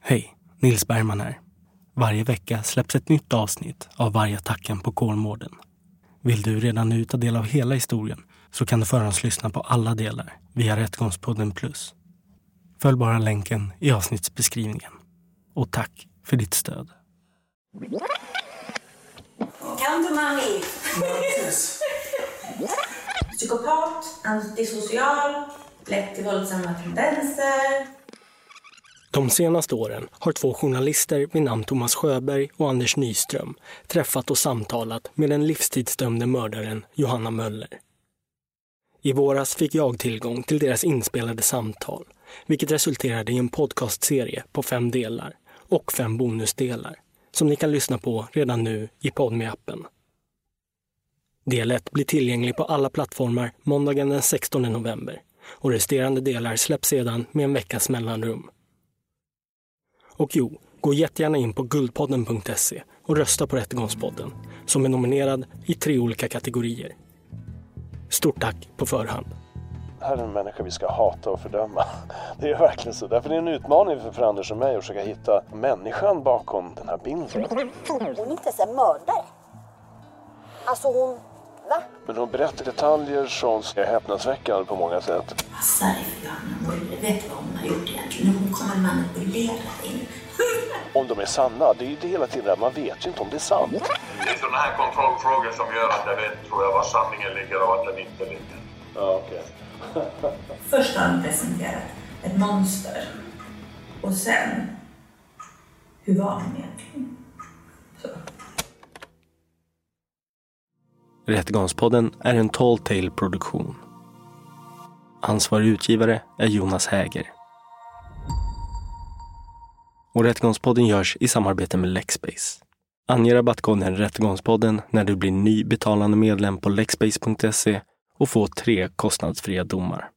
Hej, Nils Bergman här. Varje vecka släpps ett nytt avsnitt av Vargattacken på Kolmården. Vill du redan nu ta del av hela historien så kan du förhandslyssna på alla delar via Rättegångspodden Plus. Följ bara länken i avsnittsbeskrivningen. Och tack för ditt stöd. Kan du mani? Psykopat, antisocial, lätt till våldsamma tendenser. De senaste åren har 2 journalister vid namn Thomas Sjöberg och Anders Nyström träffat och samtalat med den livstidsdömde mördaren Johanna Möller. I våras fick jag tillgång till deras inspelade samtal, vilket resulterade i en podcastserie på 5 delar och 5 bonusdelar som ni kan lyssna på redan nu i Podme-appen. Del 1 blir tillgänglig på alla plattformar måndagen den 16 november och resterande delar släpps sedan med en veckas mellanrum. Och jo, gå jättegärna in på guldpodden.se och rösta på Rättegångspodden som är nominerad i 3 olika kategorier. Stort tack på förhand. Det här är en människa vi ska hata och fördöma. Det är verkligen så. Därför är det en utmaning för Anders och mig att försöka hitta människan bakom den här bilden. Hon är inte så mördare. Alltså hon... Va? Men hon berättar detaljer som är häpnadsväckande på många sätt. Passa dig för Johanna Möller. Vet vad hon har gjort egentligen? Hon kommer manipulera dig. Om de är sanna, det är ju det hela tiden där. Man vet ju inte om det är sant. Det är sådana här kontrollfrågor som gör att jag vet, tror jag, var sanningen ligger och att den inte ligger. Ja, okej. Först har han presenterat ett monster. Och sen, hur var han egentligen? Så. Rättegångspodden är en Tall Tale-produktion. Ansvarig utgivare är Jonas Häger. Och Rättegångspodden görs i samarbete med Lexbase. Ange rabattkoden Rättegångspodden när du blir ny betalande medlem på lexbase.se och få 3 kostnadsfria domar.